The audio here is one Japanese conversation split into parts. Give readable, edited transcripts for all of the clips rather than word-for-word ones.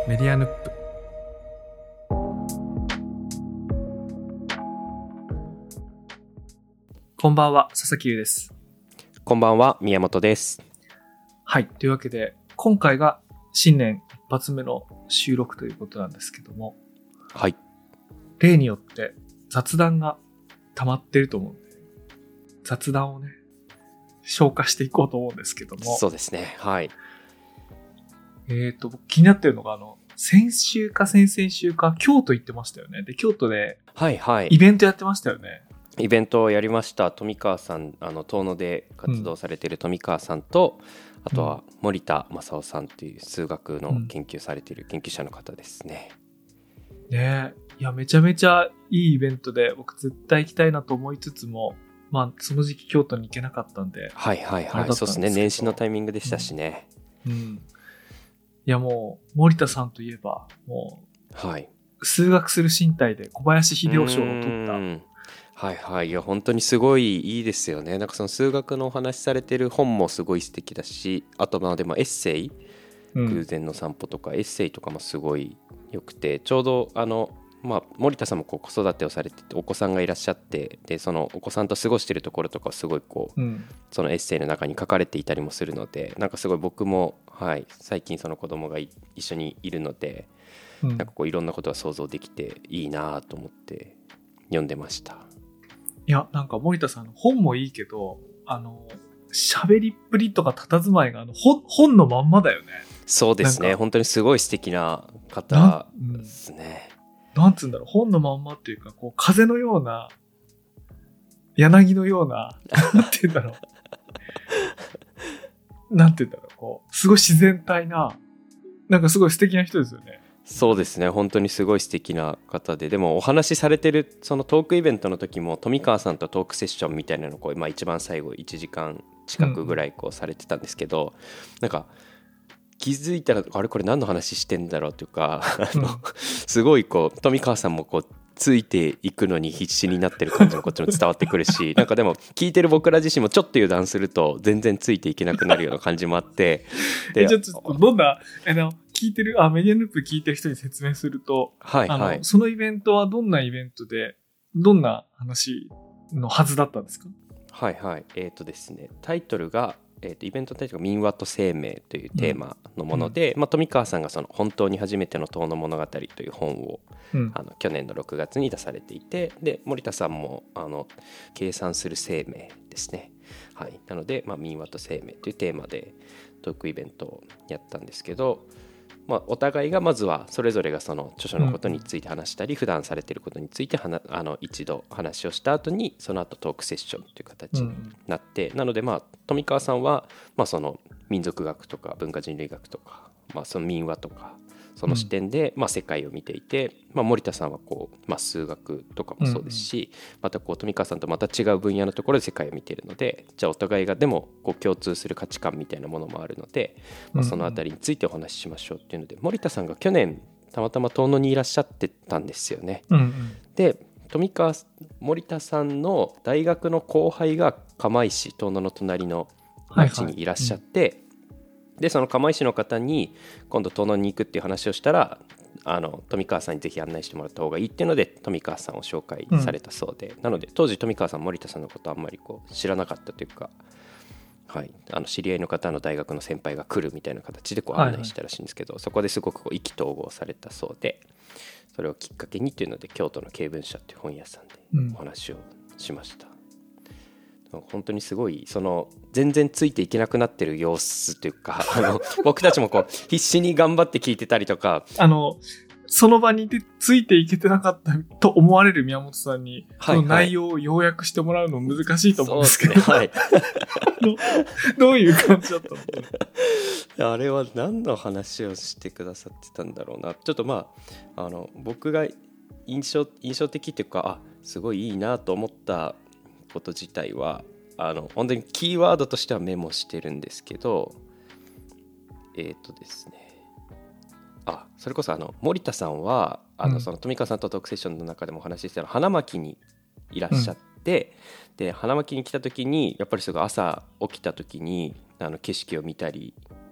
メディアヌップ。こんばんは、佐々木優です。 こんばんは、宮本です。 はい、というわけで今回が新年一発目の収録ということなんですけども、 はい。 例によって雑談が溜まってると思うんで、雑談をね、消化していこうと思うんですけども。 そうですね。はい。 僕気になってるのが、先週か先々週か京都行ってましたよね。で、京都ではいはい。 イベントやってましたよね。 イベントをやりました。富川さん、遠野で活動されている富川さんと、あとは森田正夫さんという数学の研究されている研究者の方ですね。 ねえ。いや、めちゃめちゃいいイベントで、僕絶対行きたいなと思いつつも、まあ、その時期京都に行けなかったんで。 はいはいはい。そうですね。年始のタイミングでしたしね。 いや、もう、森田さんといえば、もう、はい。 数学する身体で小林秀夫賞を取った。 はいはい。いや、本当にすごいいいですよね。なんかその数学のお話しされてる本もすごい素敵だし、あとまあでもエッセイ、偶然の散歩とかエッセイとかもすごい良くて、ちょうどまあ、森田さんもこう子育てをされててお子さんがいらっしゃって、でそのお子さんと過ごしているところとかをすごいこう、そのエッセイの中に書かれていたりもするので、なんかすごい僕も、はい、最近その子供が一緒にいるので、なんかこういろんなことが想像できていいなと思って読んでました。 いや、なんか森田さんの本もいいけど、喋りっぷりとか佇まいが本のまんまだよね。 そうですね。本当にすごい素敵な方ですね。 なんつうんだろう、本のまんまっていうか、こう風のような、柳のような、なんて言うんだろう。なんて言うんだろう、こう、すごい自然体な、なんかすごい素敵な人ですよね。 そうですね。本当にすごい素敵な方で、でもお話しされてるそのトークイベントの時も富川さんとトークセッションみたいなのをこう、まあ、一番最後1時間近くぐらいこうされてたんですけど、なんか気づいたらあれこれ何の話してんだろうというかすごいこう富川さんもこうついていくのに必死になってる感じもこっちも伝わってくるしなんかでも聞いてる僕ら自身もちょっと油断すると全然ついていけなくなるような感じもあってでちょっとどんな聞いてるメディアヌープ聞いてる人に説明すると、 はいはい、 そのイベントはどんなイベントでどんな話のはずだったんですか？ はいはいですね、タイトルがイベントタイトルが民話と生命というテーマのもので、まあ、富川さんがその本当に初めての遠野物語という本を、去年の6月に出されていて、で森田さんも計算する生命ですね、はい、なので、まあ、民話と生命というテーマでトークイベントをやったんですけど、まあ、お互いがまずはそれぞれがその著書のことについて話したり、普段されていることについて一度話をした後にその後トークセッションという形になって、なのでまあ富川さんはまあその民族学とか文化人類学とか、まあその民話とかその視点でまあ世界を見ていて、まあ、森田さんはこう、まあ、数学とかもそうですし、またこう富川さんとまた違う分野のところで世界を見ているので、じゃあお互いがでもこう共通する価値観みたいなものもあるので、まあ、そのあたりについてお話ししましょうっていうので、森田さんが去年たまたま遠野にいらっしゃってたんですよね。で森田さんの大学の後輩が釜石、遠野の隣の町にいらっしゃって、でその釜石の方に今度遠野に行くっていう話をしたら、富川さんにぜひ案内してもらった方がいいっていうので富川さんを紹介されたそうで、なので当時富川さん森田さんのことあんまりこう知らなかったというか、はい、知り合いの方の大学の先輩が来るみたいな形でこう案内したらしいんですけど、そこですごくこう意気投合されたそうで、それをきっかけにというので京都の経文社っていう本屋さんでお話をしました。本当にすごいその全然ついていけなくなってる様子というか僕たちもこう必死に頑張って聞いてたりとか、 その場にいてついていけてなかったと思われる宮本さんに、その内容を要約してもらうの難しいと思うんですけど、はい、どういう感じだったの？あれは何の話をしてくださってたんだろうな。ちょっとまあ僕が印象的というか、すごいいいなと思ったこと自体は本当にキーワードとしてはメモしてるんですけど、ですね、それこそ森田さんはその富川さんとトークセッションの中でもお話ししてた花巻にいらっしゃって、で花巻に来た時にやっぱりすぐ朝起きた時に景色を見たり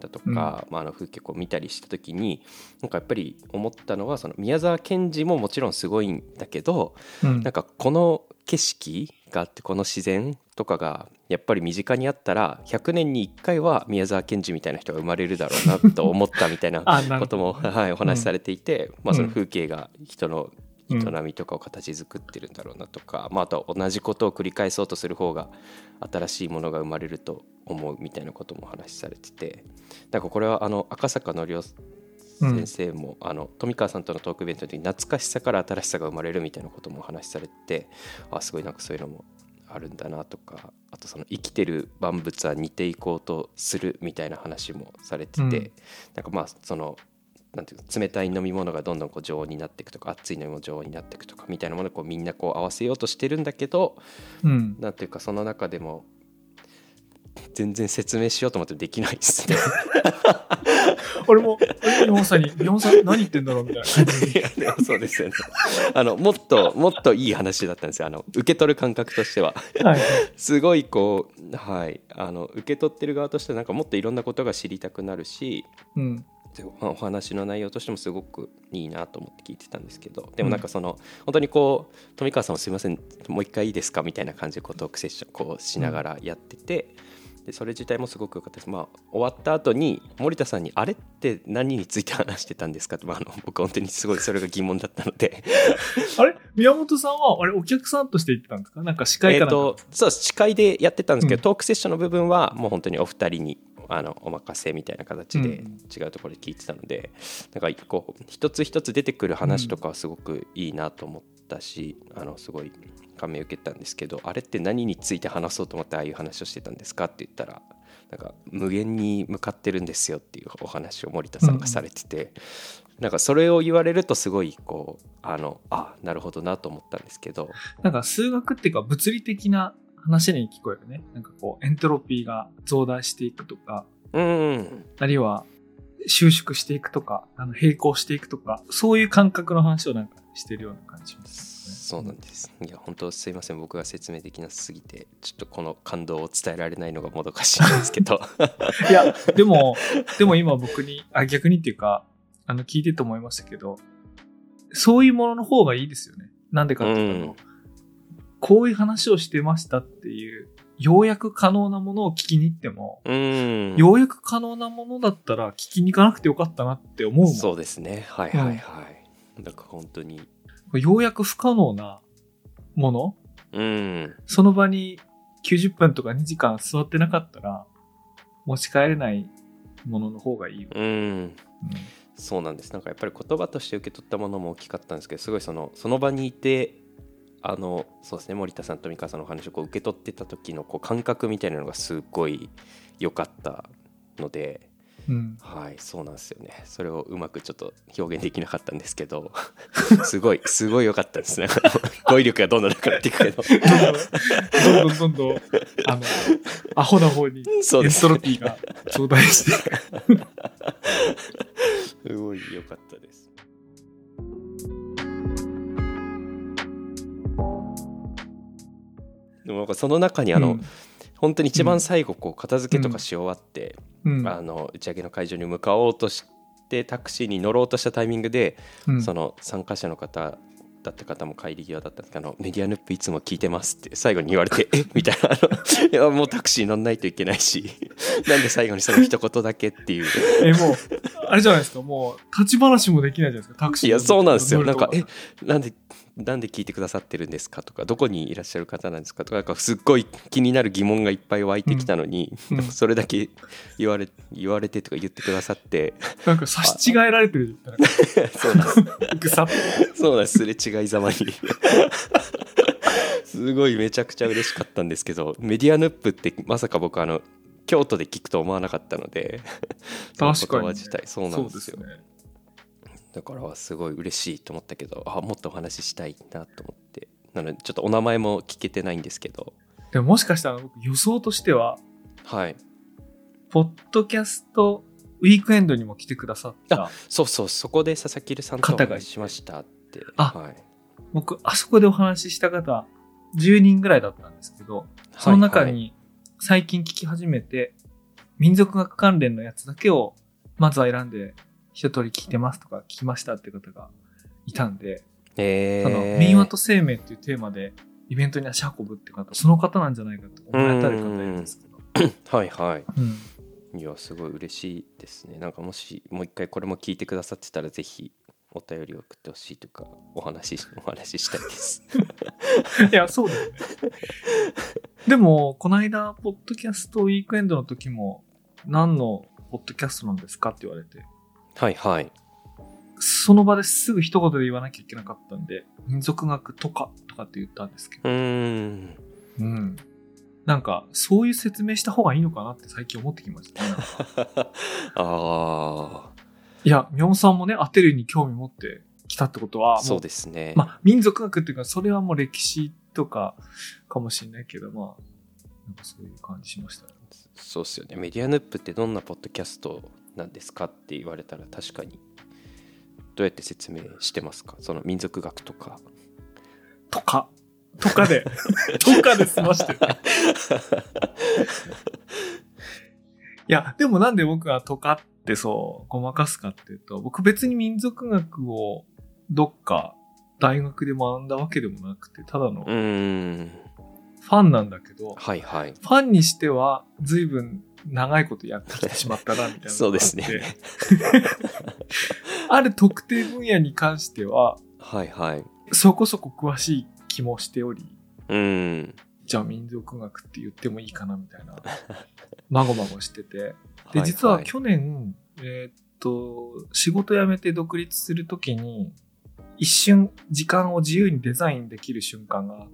ったとか、風景を見たりした時になんかやっぱり思ったのは、その宮沢賢治ももちろんすごいんだけど、なんかこの景色があってこの自然とかがやっぱり身近にあったら100年に1回は宮沢賢治みたいな人が生まれるだろうなと思ったみたいなこともお話しされていて、その風景が人の営みとかを形作ってるんだろうなとか、あとは同じことを繰り返そうとする方が新しいものが生まれると思うみたいなこともお話しされてて、なんかこれは赤坂則夫先生も、富川さんとのトークイベントで懐かしさから新しさが生まれるみたいなこともお話しされて、すごいなんかそういうのもあるんだなとか、あとその生きてる万物は似ていこうとするみたいな話もされてて、なんかそのなんていうか冷たい飲み物がどんどん常温になっていくとか、熱い飲み物常温になっていくとかみたいなものをみんな合わせようとしてるんだけど、なんていうかその中でも全然説明しようと思ってできないですね俺も宮本さん何言ってんだろうみたいな感じででもそうですよねもっといい話だったんですよ、受け取る感覚としてはすごい受け取ってる側としてはなんかもっといろんなことが知りたくなるし、お話の内容としてもすごくいいなと思って聞いてたんですけど、でもなんか本当に富川さんもすいませんもう一回いいですかみたいな感じでトークセッションしながらやってて、でそれ自体もすごく良かったです。終わった後に森田さんにあれって何について話してたんですかって、僕本当にすごいそれが疑問だったのであれ宮本さんはお客さんとして行ってたんですか？なんか司会かなんか、 そう司会でやってたんですけど、トークセッションの部分はもう本当にお二人にお任せみたいな形で違うところで聞いてたので、なんか一つ一つ出てくる話とかはすごくいいなと思ったし、すごい感銘を受けたんですけど、あれって何について話そうと思ってああいう話をしてたんですかって言ったら、なんか無限に向かってるんですよっていうお話を森田さんがされてて、なんかそれを言われるとすごいなるほどなと思ったんですけど、 なんか数学っていうか物理的な話に聞こえるね。なんかエントロピーが増大していくとか、あるいは収縮していくとか、平行していくとか、そういう感覚の話をなんかしてるような感じしますね。 そうなんです。いや本当すいません、僕が説明できなすぎてちょっとこの感動を伝えられないのがもどかしいんですけどいやでも今僕に逆にっていうか聞いてて思いましたけど、そういうものの方がいいですよね。なんでかっていうと、こういう話をしてましたっていうようやく可能なものを聞きに行っても、ようやく可能なものだったら聞きに行かなくてよかったなって思うもん。 そうですね。はいはいはい。なんか本当にようやく不可能なもの、その場に90分とか2時間座ってなかったら持ち帰れないものの方がいいよ。 そうなんです。なんかやっぱり言葉として受け取ったものも大きかったんですけど、すごいその場にいてそうですね、森田さんと美香さんのお話を受け取ってた時の感覚みたいなのがすごい良かったので、そうなんですよね。それをうまくちょっと表現できなかったんですけどすごい良かったですね語彙力がどんどんなくなっていくけどどんどんアホな方にエントロピーが増大していくすごい良かったです。でもなんかその中に本当に一番最後片付けとかし終わって、打ち上げの会場に向かおうとしてタクシーに乗ろうとしたタイミングで、その参加者の方だった方も帰り際だったんですけど、メディアヌップいつも聞いてますって最後に言われてみたいないやもうタクシー乗んないといけないしなんで最後にその一言だけっていうもうあれじゃないですか、もう立ち話もできないじゃないですか、タクシー。 いやそうなんですよ。なんかなんで聞いてくださってるんですかとか、どこにいらっしゃる方なんですかとか、なんかすっごい気になる疑問がいっぱい湧いてきたのに、それだけ言われてとか言ってくださってなんか差し違えられてるそうなんですそうなんです、すれ違いざまにすごいめちゃくちゃ嬉しかったんですけど、メディアヌップってまさか僕京都で聞くと思わなかったので確かに、ね、 自体そうなんですよ。そうですね。だからすごい嬉しいと思ったけど、もっとお話ししたいなと思って、なのでちょっとお名前も聞けてないんですけど、 でももしかしたら僕予想としては、ポッドキャストウィークエンドにも来てくださった、 そこで佐々木さんとお話ししましたって。 僕あそこでお話しした方10人ぐらいだったんですけど、その中に最近聞き始めて民族学関連のやつだけをまずは選んで一通り聞いてますとか聞きましたって方がいたんで、その民話と生命っていうテーマでイベントに足運ぶって方、その方なんじゃないかと思い当たる方いるんですけど。 はいはい。いやすごい嬉しいですね。なんかもしもう一回これも聞いてくださってたらぜひお便りを送ってほしいとかお話したいですいやそうだよね。でもこの間ポッドキャストウィークエンドの時も何のポッドキャストなんですかって言われて、 はいはい、 その場ですぐ一言で言わなきゃいけなかったんで民族学とかって言ったんですけど、なんかそういう説明した方がいいのかなって最近思ってきましたね。いや、みょんさんもね、アテルに興味持ってきたってことは、 そうですね。 まあ、民族学っていうか、それはもう歴史とかかもしれないけど、まあ、なんかそういう感じしましたね。 そうですよね。メディアヌップってどんなポッドキャストなんですかって言われたら確かにどうやって説明してますか？その民族学とかでとかで済ましてる。いやでもなんで僕がとかってそうごまかすかっていうと、僕別に民族学をどっか大学で学んだわけでもなくて、ただのファンなんだけど、はいはい、 ファンにしては随分長いことやってきてしまったなみたいなそうですね。 ある特定分野に関しては、 はいはい、 そこそこ詳しい気もしており、 じゃあ民族学って言ってもいいかなみたいなまごまごしてて、で実は去年、仕事辞めて独立するときに一瞬時間を自由にデザインできる瞬間があって、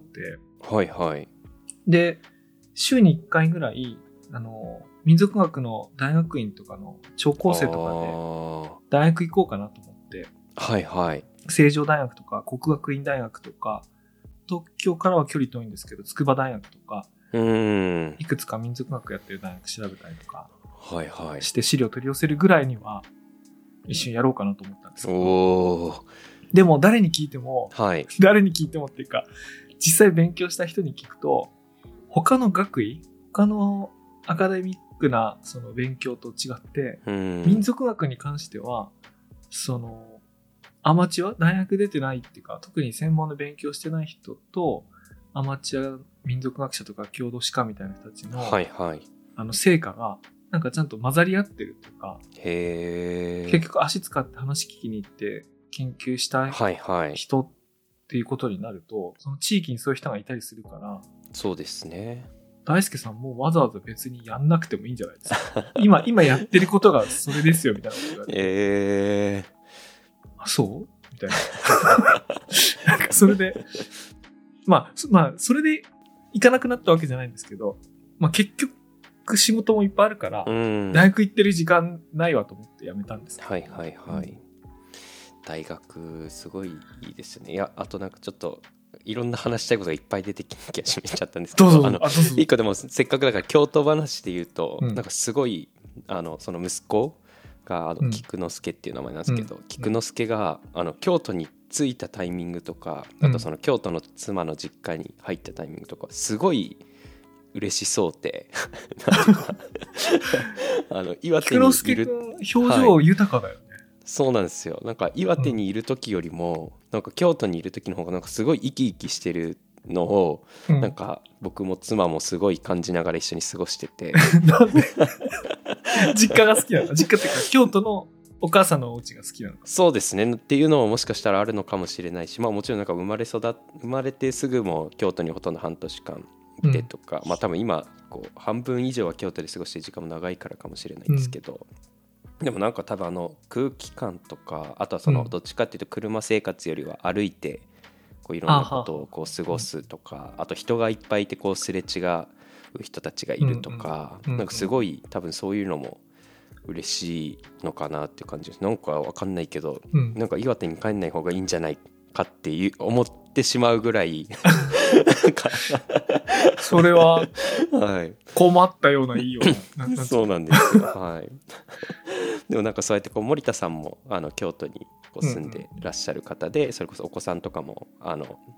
はいはい、 で週に1回ぐらい民族学の大学院とかの聴講生とかで大学行こうかなと思って、 はいはい、 成城大学とか国学院大学とか、東京からは距離遠いんですけど筑波大学とか、いくつか民族学やってる大学調べたりとかして資料取り寄せるぐらいには一瞬やろうかなと思ったんですけど、でも誰に聞いてもっていうか実際勉強した人に聞くと、他の学位、他のアカデミックなその勉強と違って、民族学に関してはそのアマチュア、大学出てないっていうか特に専門の勉強してない人とアマチュア民族学者とか郷土史家みたいな人たちの、成果がなんかちゃんと混ざり合ってるっていうか、結局足使って話聞きに行って研究したい人っていうことになると、その地域にそういう人がいたりするから、そうですね。大輔さんもわざわざ別にやんなくてもいいんじゃないですか。今やってることがそれですよみたいなこと言われて。そうみたいな。なんかそれで、まあそれで行かなくなったわけじゃないんですけど、まあ結局仕事もいっぱいあるから、大学行ってる時間ないわと思って辞めたんですけど。はいはいはい。 大学すごいいいですね。いや、あとなんかちょっといろんな話したいことがいっぱい出てきなきゃしめちゃったんですけど、一個でもせっかくだから京都話で言うと、なんかすごいその息子が菊之助っていう名前なんですけど、菊之助が京都に着いたタイミングとか、あとその京都の妻の実家に入ったタイミングとかすごい嬉しそうで岩手にいる菊之助君表情豊かだよね。 そうなんですよ。なんか岩手にいる時よりも、なんか京都にいる時の方がなんかすごい生き生きしてるのを、なんか僕も妻もすごい感じながら一緒に過ごしててなんで実家が好きなの？実家っていうか京都のお母さんのお家が好きなのか？ そうですねっていうのももしかしたらあるのかもしれないし、まあもちろんなんか生まれてすぐも京都にほとんど半年間いてとか、まあ多分今こう半分以上は京都で過ごしてる時間も長いからかもしれないんですけど、でもなんか多分空気感とか、あとはそのどっちかっていうと車生活よりは歩いてこういろんなことをこう過ごすとか、あと人がいっぱいいてこうすれ違う人たちがいるとか、なんかすごい多分そういうのも嬉しいのかなっていう感じです。なんか分かんないけど、なんか岩手に帰んない方がいいんじゃないかって思ってしまうぐらいそれは困ったような言いようなそうなんですよ。はい。でもなんかそうやってこう森田さんも京都にこう住んでらっしゃる方で、それこそお子さんとかも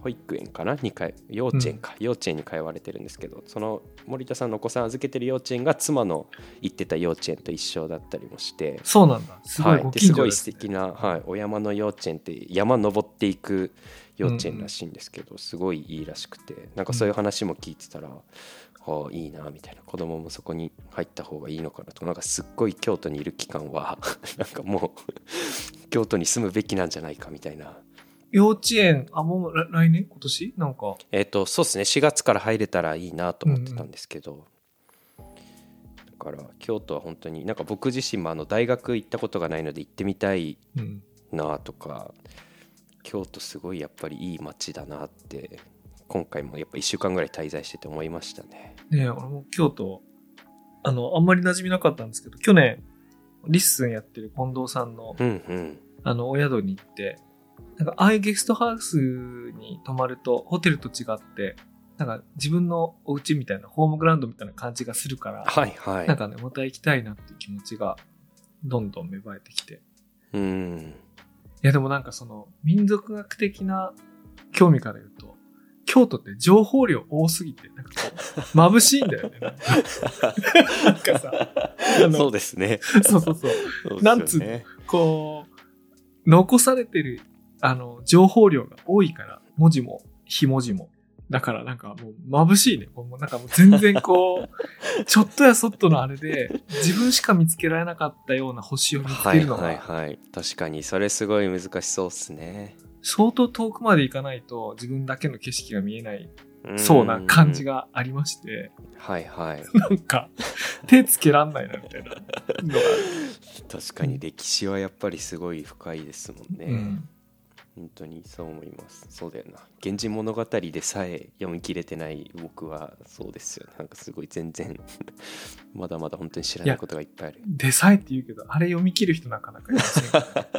保育園かなに幼稚園か、幼稚園に通われてるんですけど、その森田さんのお子さん預けてる幼稚園が妻の行ってた幼稚園と一緒だったりもして、 そうなんだ、すごいご近所ですね。 すごい素敵な、お山の幼稚園って山登っていく幼稚園らしいんですけど、すごいいいらしくて、なんかそういう話も聞いてたら、いいなみたいな、子供もそこに入った方がいいのかなとか、なんかすっごい京都にいる期間はなんかもう京都に住むべきなんじゃないかみたいな。 幼稚園、もう来年今年なんかそうですね、4月から入れたらいいなと思ってたんですけど、だから京都は本当になんか僕自身も大学行ったことがないので行ってみたいなとか、京都すごいやっぱりいい街だなって今回もやっぱ1週間ぐらい滞在してて思いましたね。 ねえ、俺も京都あんまり馴染みなかったんですけど、去年リッスンやってる近藤さんの、お宿に行って、なんかああいうゲストハウスに泊まるとホテルと違ってなんか自分のお家みたいなホームグラウンドみたいな感じがするから、なんかねまた行きたいなっていう気持ちがどんどん芽生えてきて、いやでもなんかその民族学的な興味から言うと京都って情報量多すぎてなんかこう眩しいんだよね。なんかさそうですね。 そう、なんつうのこう残されてる情報量が多いから文字も非文字もだからなんかもう眩しいね。もうなんかもう全然こうちょっとやそっとのあれで自分しか見つけられなかったような星を見つけるのが確かにそれすごい難しそうですね。 相当遠くまで行かないと自分だけの景色が見えないそうな感じがありまして、なんか手つけらんないなみたいなのが確かに歴史はやっぱりすごい深いですもんね。本当にそう思います。そうだよな、源氏物語でさえ読み切れてない僕はそうですよね。なんかすごい全然まだまだ本当に知らないことがいっぱいある。 でさえって言うけどあれ読み切る人なかなかいません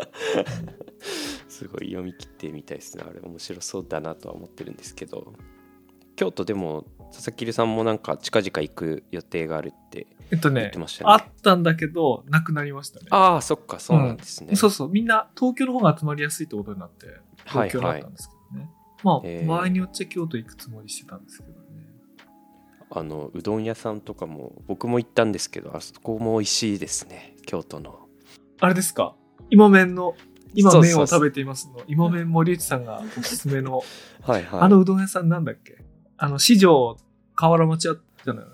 すごい読み切ってみたいですね。あれ面白そうだなとは思ってるんですけど、京都でも佐々木さんもなんか近々行く予定があるって言ってましたね。 あったんだけどなくなりましたね。 そっか、そうなんですね。 そうみんな東京の方が集まりやすいってことになって東京だったんですけどね。まあ場合によっちゃ京都行くつもりしてたんですけどね。 うどん屋さんとかも僕も行ったんですけど、あそこも美味しいですね。京都のあれですか、今麺を食べていますの今麺森内さんがおすすめのうどん屋さんなんだっけ、四条河原町じゃない、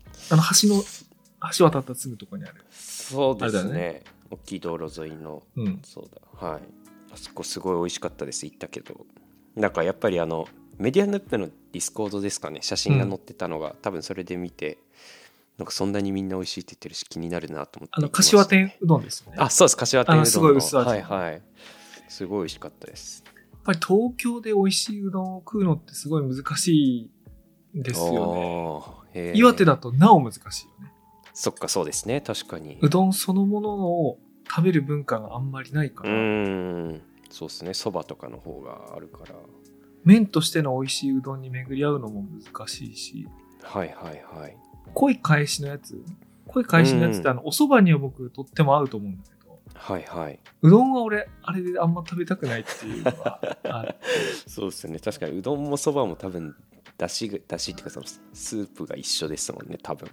橋渡ったすぐとこにある。 そうですね、大きい道路沿いの、そうだ、あそこすごい美味しかったです。行ったけどなんかやっぱりメディアヌップのディスコードですかね、写真が載ってたのが、多分それで見てなんかそんなにみんな美味しいって言ってるし気になるなと思って、 柏店うどんですよね。 そうです、柏店うどんのすごい薄味、 すごい美味しかったです。 やっぱり東京で美味しいうどんを食うのってすごい難しいですよね。岩手だとなお難しいよね。 そっか、そうですね、確かにうどんそのものを食べる文化があんまりないから、 そうですね、そばとかの方があるから麺としての美味しいうどんに巡り合うのも難しいし、濃い返しのやつってお蕎麦には僕とっても合うと思うんだけど、うどんは俺あれであんま食べたくないっていうのがあるそうですね、確かにうどんもそばも多分だしっていうかそのスープが一緒ですもんね、多分。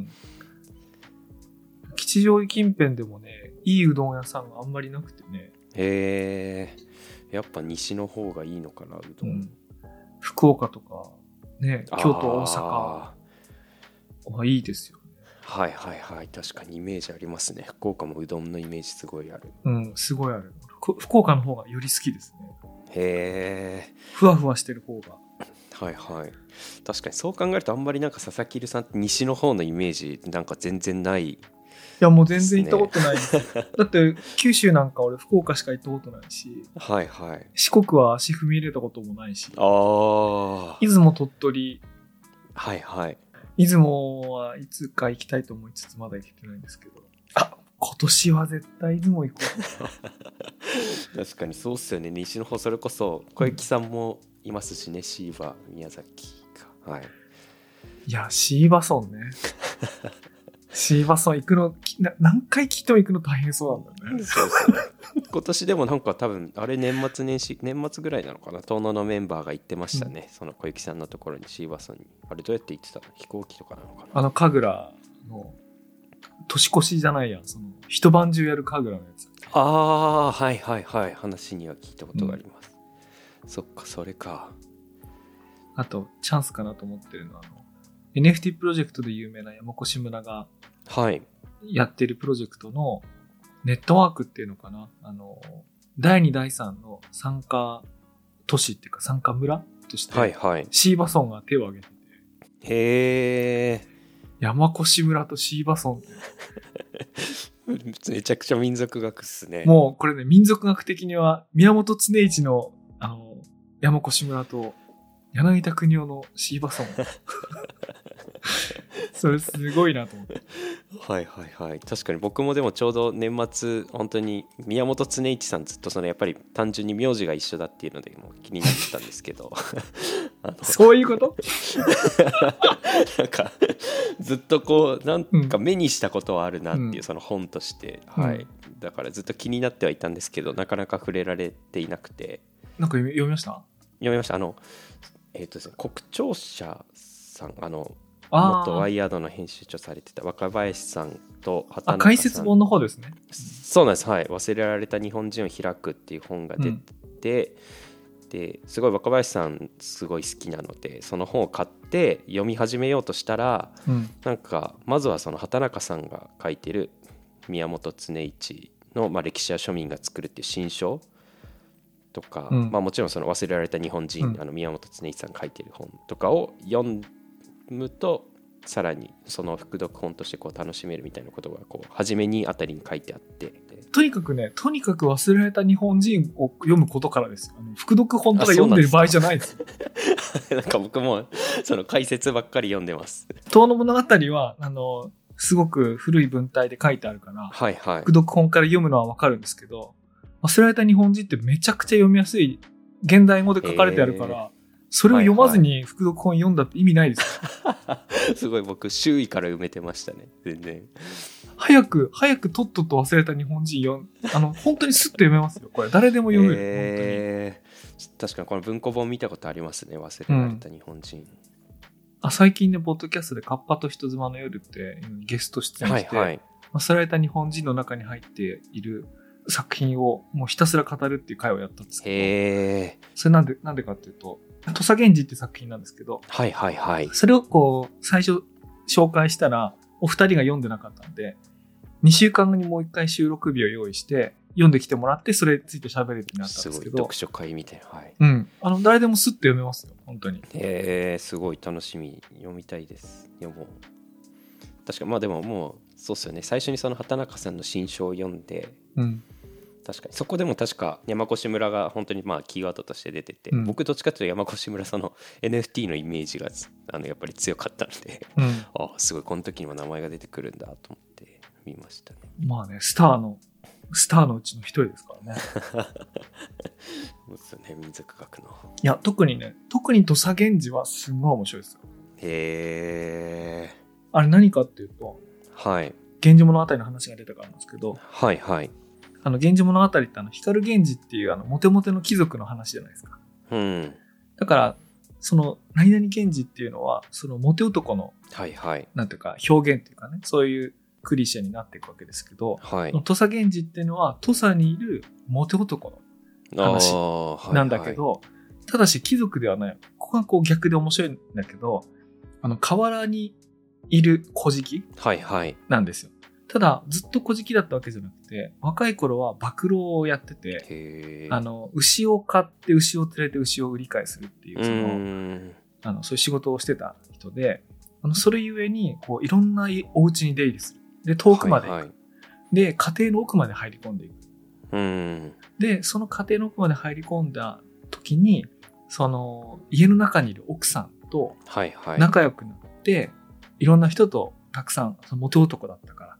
吉祥寺近辺でもね、いいうどん屋さんがあんまりなくてね。 やっぱ西の方がいいのかな、うどん。 福岡とかね、京都、大阪はいいですよね。 確かにイメージありますね。福岡もうどんのイメージすごいある。 すごいある。福岡の方がより好きですね。ふわふわしてる方が。 確かにそう考えるとあんまりなんか佐々木さんって西の方のイメージなんか全然ない。 いやもう全然行ったことないですだって九州なんか俺福岡しか行ったことないし、四国は足踏み入れたこともないし、出雲鳥取、出雲はいつか行きたいと思いつつまだ行けてないんですけど、今年は絶対出雲行こう確かにそうっすよね。西の方それこそ小雪さんもいますしね、椎葉宮崎か。 いや椎葉村ねシーバソン行くの、何回聞いても行くの大変そうなんだよね。 そうそう今年でもなんか多分あれ年末ぐらいなのかな、遠野のメンバーが行ってましたね、その小雪さんのところにシーバソンに。あれどうやって行ってたの？飛行機とかなのかな。 神楽の年越しじゃないやん、その一晩中やる神楽のやつ。 ああ、はいはいはい、話には聞いたことがあります、そっか、それか。 あとチャンスかなと思ってるのはNFT プロジェクトで有名な山越村がやってるプロジェクトのネットワークっていうのかな、第2第3の参加都市っていうか参加村として、 はいはい、 シーバソンが手を挙げてて、 へえ、 山越村とシーバソンめちゃくちゃ民族学っすね。 もうこれね、民族学的には宮本常一の山越村と柳田国男のシーバソンそれすごいなと思って。 はいはいはい、確かに僕もでもちょうど年末本当に宮本常一さんずっとそのやっぱり単純に名字が一緒だっていうのでもう気になってたんですけどそういうことなんかずっとこうなんか目にしたことはあるなっていう、その本として、はい、だからずっと気になってはいたんですけどなかなか触れられていなくて。 なんか読みました？ 読みました。ですね、国庁舎さん、元ワイヤードの編集長されてた若林さんと畑中さん、 解説本の方ですね。 そうなんです、はい、忘れられた日本人を開くっていう本が出て、ですごい若林さんすごい好きなのでその本を買って読み始めようとしたら、なんかまずはその畑中さんが書いてる宮本常一の、歴史や庶民が作るっていう新書とか、もちろんその忘れられた日本人、宮本常一さんが書いてる本とかを読むとさらにその副読本としてこう楽しめるみたいなことがこう初めにあたりに書いてあって、 とにかく忘れられた日本人を読むことからですよ。副読本とか読んでる場合じゃないですよ。 なんか僕もその解説ばっかり読んでます。 遠野物語はすごく古い文体で書いてあるから、 はいはい、 副読本から読むのはわかるんですけど、忘れられた日本人ってめちゃくちゃ読みやすい現代語で書かれてあるから、それを読まずに副読本読んだって意味ないですよ。 すごい僕周囲から埋めてましたね。全然早くとっとと忘れた日本人本当にスッと読めますよ。これ誰でも読める、 確かにこの文庫本見たことありますね、忘れられた日本人、 最近ねポッドキャストでカッパと人妻の夜ってゲスト出演して、忘れられた日本人の中に入っている作品をもうひたすら語るっていう回をやったんですけど、それなんでかっていうと土佐源氏っていう作品なんですけど、 はいはいはい、 それをこう最初紹介したらお二人が読んでなかったんで、2週間後にもう一回収録日を用意して読んできてもらってそれについて喋るってなったんですけど、すごい読書会みたいな、はい、 誰でもスッと読めますよ本当に。 すごい楽しみ、読みたいです。読もう。確かでももうそうっすよね、最初にその畑中さんの新書を読んで、確かにそこでも確か山越村が本当にキーワードとして出てて、僕どっちかというと山越村その NFT のイメージがやっぱり強かったので、すごいこの時にも名前が出てくるんだと思って見ましたね。 スターのうちの一人ですからね。 そうですよね、民族学の。 いや特に土佐源氏はすごい面白いですよ。 へー。 あれ何かっていうと、 はい。 源氏物語の話が出たからなんですけど、 はいはい。 源氏物語って光源氏っていうモテモテの貴族の話じゃないですか。だからその何々源氏っていうのはそのモテ男の、なんていうか表現っていうかね、そういうクリシェになっていくわけですけど、土佐源氏っていうのは土佐にいるモテ男の話なんだけど、ただし貴族ではない。ここがこう逆で面白いんだけど、河原にいる小敷なんですよ。ただずっと小敷だったわけじゃなくて、若い頃は馬喰をやってて、牛を飼って牛を連れて牛を売り買いするっていうそういう仕事をしてた人で、それゆえにこういろんなお家に出入りする。で遠くまで行く。で家庭の奥まで入り込んでいく。でその家庭の奥まで入り込んだ時に、その家の中にいる奥さんと仲良くなって、いろんな人とたくさん、そのモテ男だったから、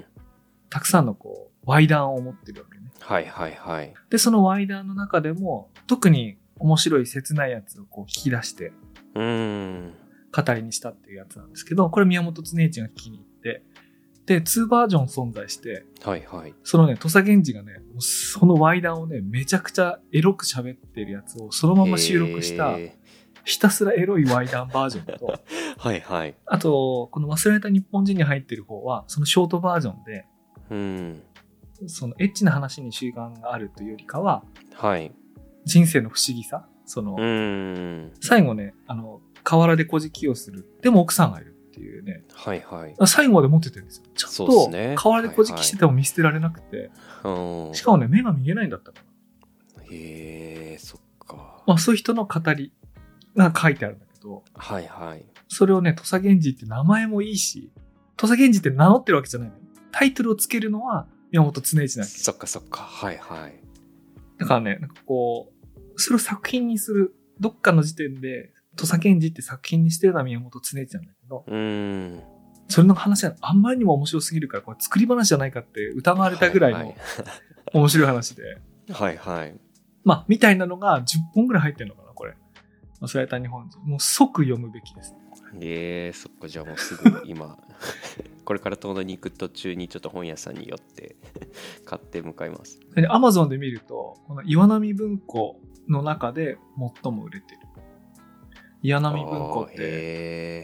たくさんのこう、ワイダンを持ってるわけね。で、そのワイダンの中でも、特に面白い切ないやつをこう引き出して、語りにしたっていうやつなんですけど、これ宮本常一が聞きに行って、で、2バージョン存在して、 はいはい。 そのね、土佐源氏がね、そのワイダンをね、めちゃくちゃエロく喋ってるやつをそのまま収録した、ひたすらエロいワイダンバージョンと、 はいはい。 あと、この忘れられた日本人に入ってる方は、そのショートバージョンで、そのエッチな話に習慣があるというよりかは、 はい。 人生の不思議さ、最後ね、河原で小じきをする。でも奥さんがいるっていうね。 はいはい。 最後まで持っててるんですよ。ちょっと、河原で小じきしてても見捨てられなくて。しかもね、目が見えないんだったかな。 へえ、そっか。 まあそういう人の語りが書いてあるんだけど。 はいはい。 それをね、土佐源氏って名前もいいし、土佐源氏って名乗ってるわけじゃないのよ。タイトルをつけるのは宮本常一なんです。 そっかそっか。はいはい。 だからね、なんかこう、それを作品にする、どっかの時点で、土佐源氏って作品にしてるのは宮本常一なんだけど、それの話はあんまりにも面白すぎるから、これ作り話じゃないかって疑われたぐらいの面白い話で。 はいはい。 まあ、みたいなのが10本ぐらい入ってるのかな、これ。忘れた日本人。もう即読むべきですね。 そっか、じゃあもうすぐ今、これから遠野に行く途中にちょっと本屋さんに寄って買って向かいます。 アマゾンで見ると、この岩波文庫の中で最も売れてる。岩波文庫って、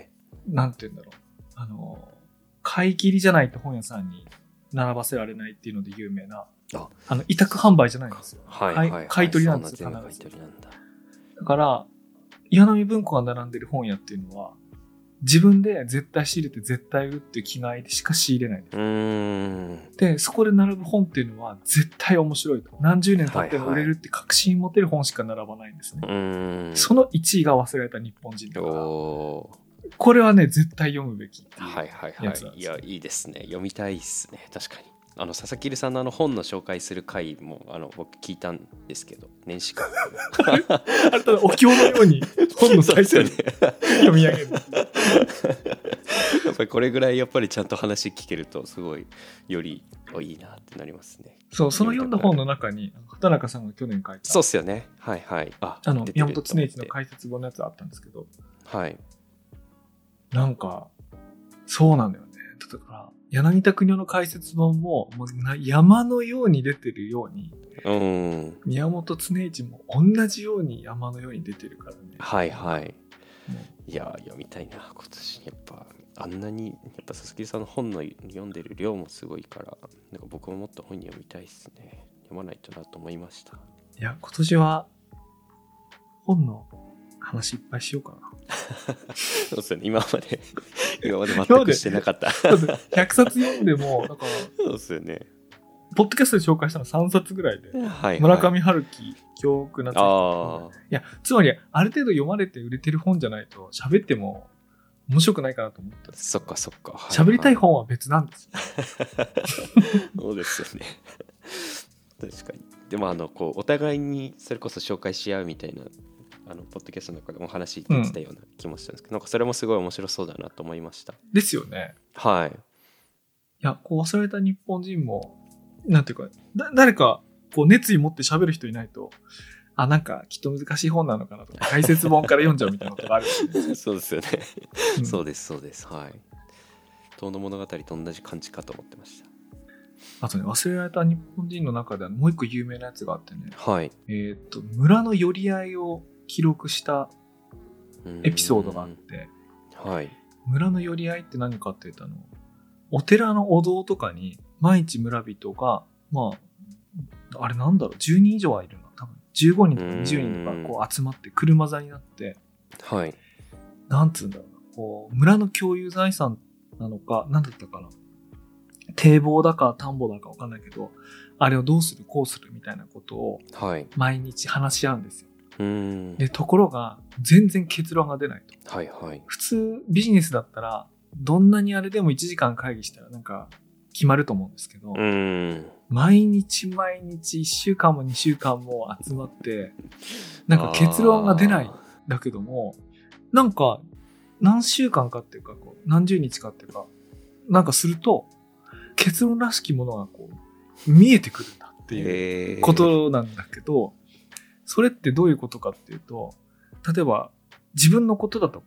なんて言うんだろう。買い切りじゃないと本屋さんに並ばせられないっていうので有名な、委託販売じゃないんですよ。買い取りなんですよ、必ず。だから、岩波文庫が並んでる本屋っていうのは、自分で絶対仕入れて絶対売るっていう気概でしか仕入れないんです。で、そこで並ぶ本っていうのは絶対面白いと。何十年経っても売れるって確信持てる本しか並ばないんですね。その1位が忘れられた日本人だから。これはね、絶対読むべきっていうやつなんですよ。 いや、いいですね。読みたいですね。確かに。佐々木さんの本の紹介する回も僕聞いたんですけど、年始かあれただお経のように本の最初に読み上げるやっぱりこれぐらいやっぱりちゃんと話聞けるとすごいよりいいなってなりますね。 そう、その読んだ本の中に畑中さんが去年書いた、 そうっすよね。はいはい。 宮本常一の解説本のやつあったんですけど、 はい。 なんかそうなんだよね。だから柳田国男の解説本も山のように出てるように、宮本常一も同じように山のように出てるからね。 はいはい。いや読みたいな今年。やっぱあんなにやっぱ佐々木さんの本の読んでる量もすごいから、なんか僕ももっと本読みたいですね。読まないとなと思いました。 いや今年は本の話いっぱいしようかな。 そうですよね。今まで全くしてなかった。 100冊読んでも、だから、 そうですよね。 ポッドキャストで紹介したの3冊ぐらいで、村上春樹、教育夏彦。いや、つまり、ある程度読まれて売れてる本じゃないと、喋っても面白くないかなと思った。 そっかそっか。 喋りたい本は別なんですよ。 そうですよね。確かに。でもお互いにそれこそ紹介し合うみたいな、ポッドキャストの中でも話聞いてたような気もしたんですけど、なんかそれもすごい面白そうだなと思いました。 ですよね。 はい。 いや、忘れた日本人も、なんていうか、誰か、熱意持って喋る人いないと、なんか、きっと難しい本なのかなとか、解説本から読んじゃうみたいなことがある。 そうですよね。そうです、そうです。はい。遠野物語と同じ感じかと思ってました。 あとね、忘れられた日本人の中ではもう一個有名なやつがあってね。 はい。 村の寄り合いを記録したエピソードがあって、 はい、 村の寄り合いって何かって言ったの、お寺のお堂とかに毎日村人が、あれなんだろう、10人以上はいるの、多分15人とか20人とか集まって車座になって、 はい、 なんつうんだろうな、村の共有財産なのか、なんだったかな、堤防だか田んぼだか分かんないけど、あれをどうするこうするみたいなことを毎日話し合うんですよ。で、ところが全然結論が出ないと。 はいはい。 普通ビジネスだったらどんなにあれでも1時間会議したらなんか決まると思うんですけど、毎日1週間も2週間も集まってなんか結論が出ないんだけども、なんか何週間かっていうか何十日かっていうかなんかすると結論らしきものが見えてくるんだっていうことなんだけど、それってどういうことかっていうと、例えば自分のことだとか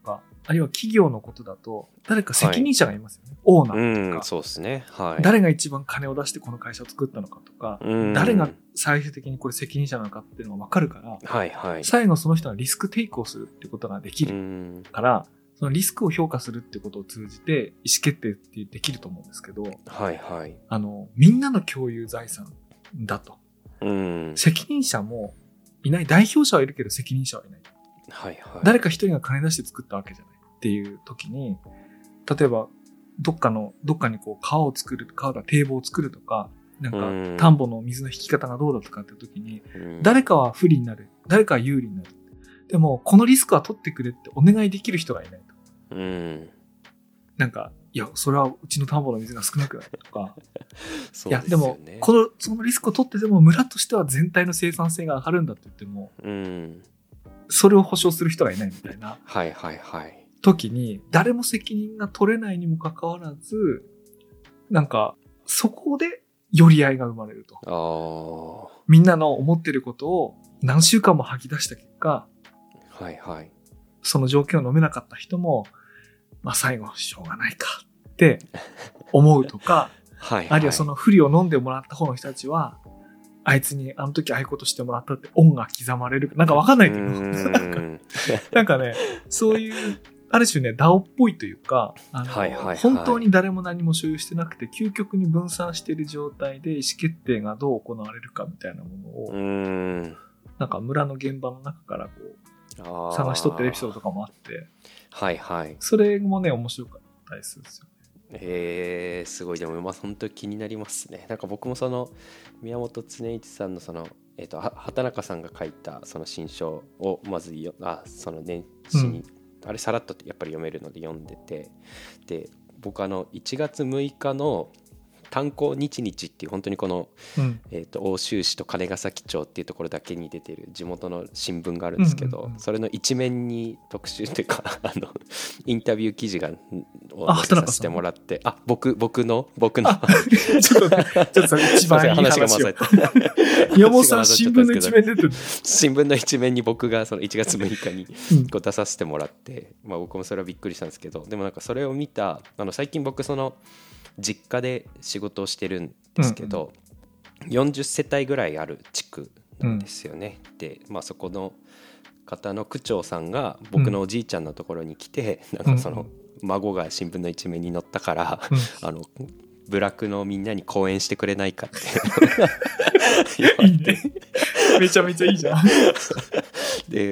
あるいは企業のことだと、誰か責任者がいますよね。オーナーとか。 そうですね。はい。 誰が一番金を出してこの会社を作ったのかとか、誰が最終的にこれ責任者なのかっていうのが分かるから、 はいはい、 最後その人がリスクテイクをするっていうことができるから、そのリスクを評価するっていうことを通じて意思決定ってできると思うんですけど、 はいはい、 みんなの共有財産だと。責任者もいない。代表者はいるけど責任者はいない。 はいはい、 誰か一人が金出して作ったわけじゃないっていう時に、例えばどっかにこう川を作る、川が堤防を作るとか、なんか田んぼの水の引き方がどうだとかって時に、誰かは不利になる、誰かは有利になる。でもこのリスクは取ってくれってお願いできる人がいないと。なんかいやそれはうちの田んぼの水が少なくなるとか、そうですよね、いやでもそのリスクを取ってでも村としては全体の生産性が上がるんだって言っても、それを保証する人がいないみたいな時に誰も責任が取れないにもかかわらず、なんかそこで寄り合いが生まれると。みんなの思ってることを何週間も吐き出した結果、はいはい、その状況を飲めなかった人も、まあ最後しょうがないかって思うとかはい、はい、あるいはその不利を飲んでもらった方の人たちは、あいつにあの時ああいうことしてもらったって恩が刻まれる。なんかわかんないけど、なんかね、そういう、ある種ね、ダオっぽいというか、はいはいはい、本当に誰も何も所有してなくて、究極に分散している状態で意思決定がどう行われるかみたいなものを、なんか村の現場の中からこう、探し取ってるエピソードとかもあって、はいはい。それもね、面白かったりするんですよ。 すごい。でも本当に気になりますね。なんか僕もその宮本恒一さんのその畑中さんが書いたその新書をまずその年始に、あれさらっとやっぱり読めるので読んでて、で僕1月6日の炭鉱日々っていう本当にこの、奥州市と金ヶ崎町っていうところだけに出てる地元の新聞があるんですけど、それの一面に特集というかインタビュー記事を載せさせてもらって、僕のちょっとそれ一番いい話が混ざった宮本さん新聞の一面出てる新聞の一面に僕がその1月6日に出させてもらって、僕もそれはびっくりしたんですけど、でもなんかそれを見た最近僕その実家で仕事をしてるんですけど、40世帯ぐらいある地区なんですよね。で、そこの方の区長さんが僕のおじいちゃんのところに来て、なんかその孫が新聞の一面に載ったから、部落のみんなに講演してくれないかっていいね、めちゃめちゃいいじゃんで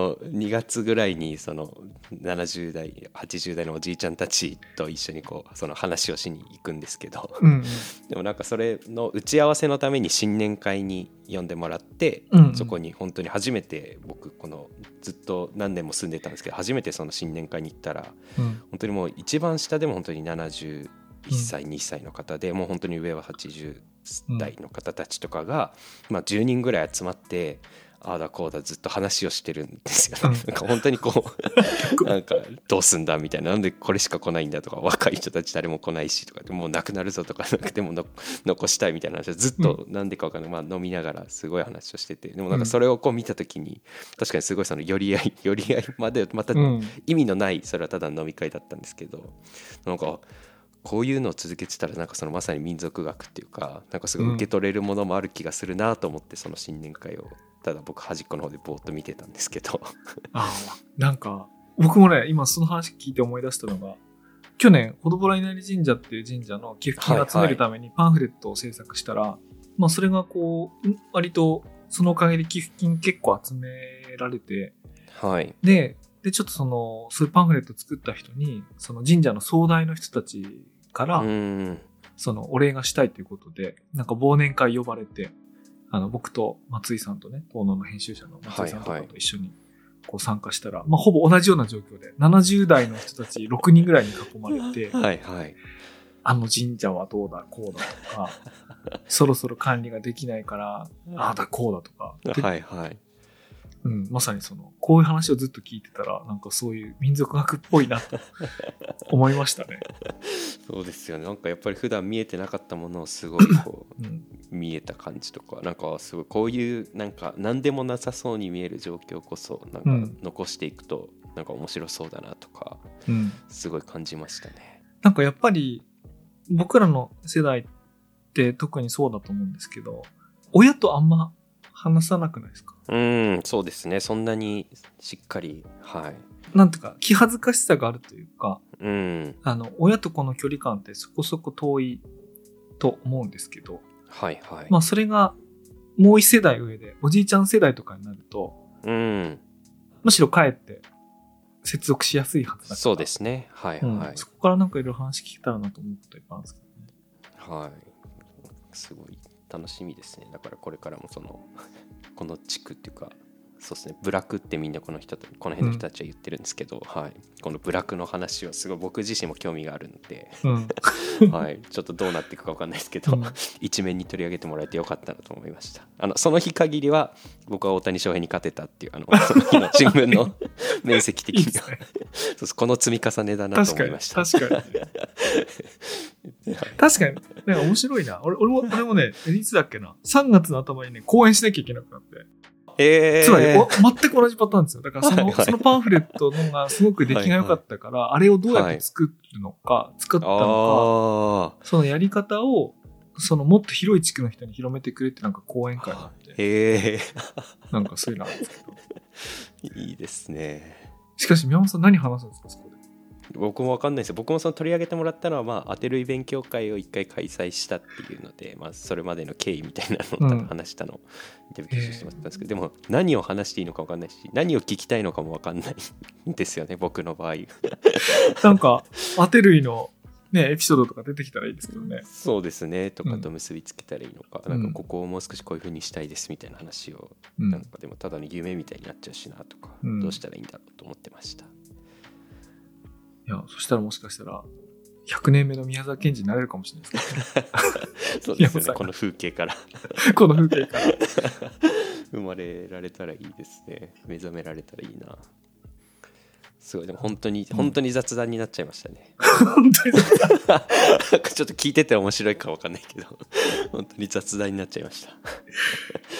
2月ぐらいにその70代80代のおじいちゃんたちと一緒にその話をしに行くんですけど、でもなんかそれの打ち合わせのために新年会に呼んでもらって、そこに本当に初めて僕ずっと何年も住んでたんですけど、初めてその新年会に行ったら、本当にもう一番下でも本当に71歳2歳の方で、もう本当に上は80代の方たちとかが、10人ぐらい集まってああだこうだずっと話をしてるんですよね。なんか本当になんかどうすんだみたいな、なんでこれしか来ないんだとか、若い人たち誰も来ないしとか、もうなくなるぞとか、でも残したいみたいな話をずっとなんでか分かんない、飲みながらすごい話をしてて、でもなんかそれを見た時に確かにすごいその寄り合いまでまた意味のないそれはただの飲み会だったんですけど、なんかこういうのを続けてたらなんかそのまさに民族学っていうか、なんかすごい受け取れるものもある気がするなと思って、その新年会をただ僕端っこの方でぼーっと見てたんですけどなんか僕もね今その話聞いて思い出したのが、去年ほどぼら稲荷神社っていう神社の寄付金を集めるためにパンフレットを制作したら、それが割とそのおかげで寄付金結構集められて、でちょっとそういうパンフレット作った人にその神社の総代の人たちからそのお礼がしたいということで、なんか忘年会呼ばれて、僕と松井さんとね、東能の編集者の松井さんとかと一緒に参加したら、ほぼ同じような状況で70代の人たち6人ぐらいに囲まれてあの神社はどうだこうだとかそろそろ管理ができないからああだこうだとか、まさにこういう話をずっと聞いてたら、なんかそういう民族学っぽいなと思いましたね。 そうですよね。なんかやっぱり普段見えてなかったものをすごい見えた感じとか、なんかすごいこういうなんか何でもなさそうに見える状況こそなんか残していくと、 なんか面白そうだなとか、すごい感じましたね。 なんかやっぱり僕らの世代って特にそうだと思うんですけど、親とあんま話さなくないですか？ そうですね。そんなにしっかり、はい。 なんていうか気恥ずかしさがあるというか、親と子の距離感ってそこそこ遠いと思うんですけど、 はいはい。 まあそれがもう一世代上でおじいちゃん世代とかになると、むしろかえって接続しやすいはずだから。 そうですね。はいはい。 そこからなんかいろいろ話聞けたらなと思うこといっぱいあるんですけどね。はい。すごい楽しみですね。だからこれからもこの地区っていうか、そうですね、部落ってみんなこの辺の人たちは言ってるんですけど、はい、この部落の話はすごい僕自身も興味があるので、はい、ちょっとどうなっていくか分かんないですけど、一面に取り上げてもらえてよかったなと思いました。その日限りは僕は大谷翔平に勝てたっていうその日の新聞の面積的にはそうこの積み重ねだなと思いました。 確かになんか面白いな。俺もね、いつだっけな、3月の頭にね講演しなきゃいけなくなって、つまり全く同じパターンですよ。だからそのパンフレットのがすごく出来が良かったから、あれをどうやって作ったのか、そのやり方をもっと広い地区の人に広めてくれってなんか講演会があって、なんかそういうのあるんですけど。 いいですね。 しかし宮本さん何話すんですか、そこで。 僕も分かんないですよ。僕も取り上げてもらったのは、まあ、当てる勉強会を1回開催したっていうので、まあ、それまでの経緯みたいなのを話したのをインタビューしてもらったんですけど、でも何を話していいのか分かんないし、何を聞きたいのかも分かんないんですよね、僕の場合。 なんか当てるのね、エピソードとか出てきたらいいですけどね。 そうですね、とかと結びつけたらいいのか、なんかここをもう少しこういう風にしたいですみたいな話を、なんかでもただの夢みたいになっちゃうしなとか、どうしたらいいんだろうと思ってました。 いや、そしたらもしかしたら100年目の宮沢賢治になれるかもしれないですけど、ね、 そうですね、この風景から生まれられたらいいですね。目覚められたらいいな。すごい、でも本当に雑談になっちゃいましたね。 本当に雑談ちょっと聞いてて面白いか分かんないけど本当に雑談になっちゃいました。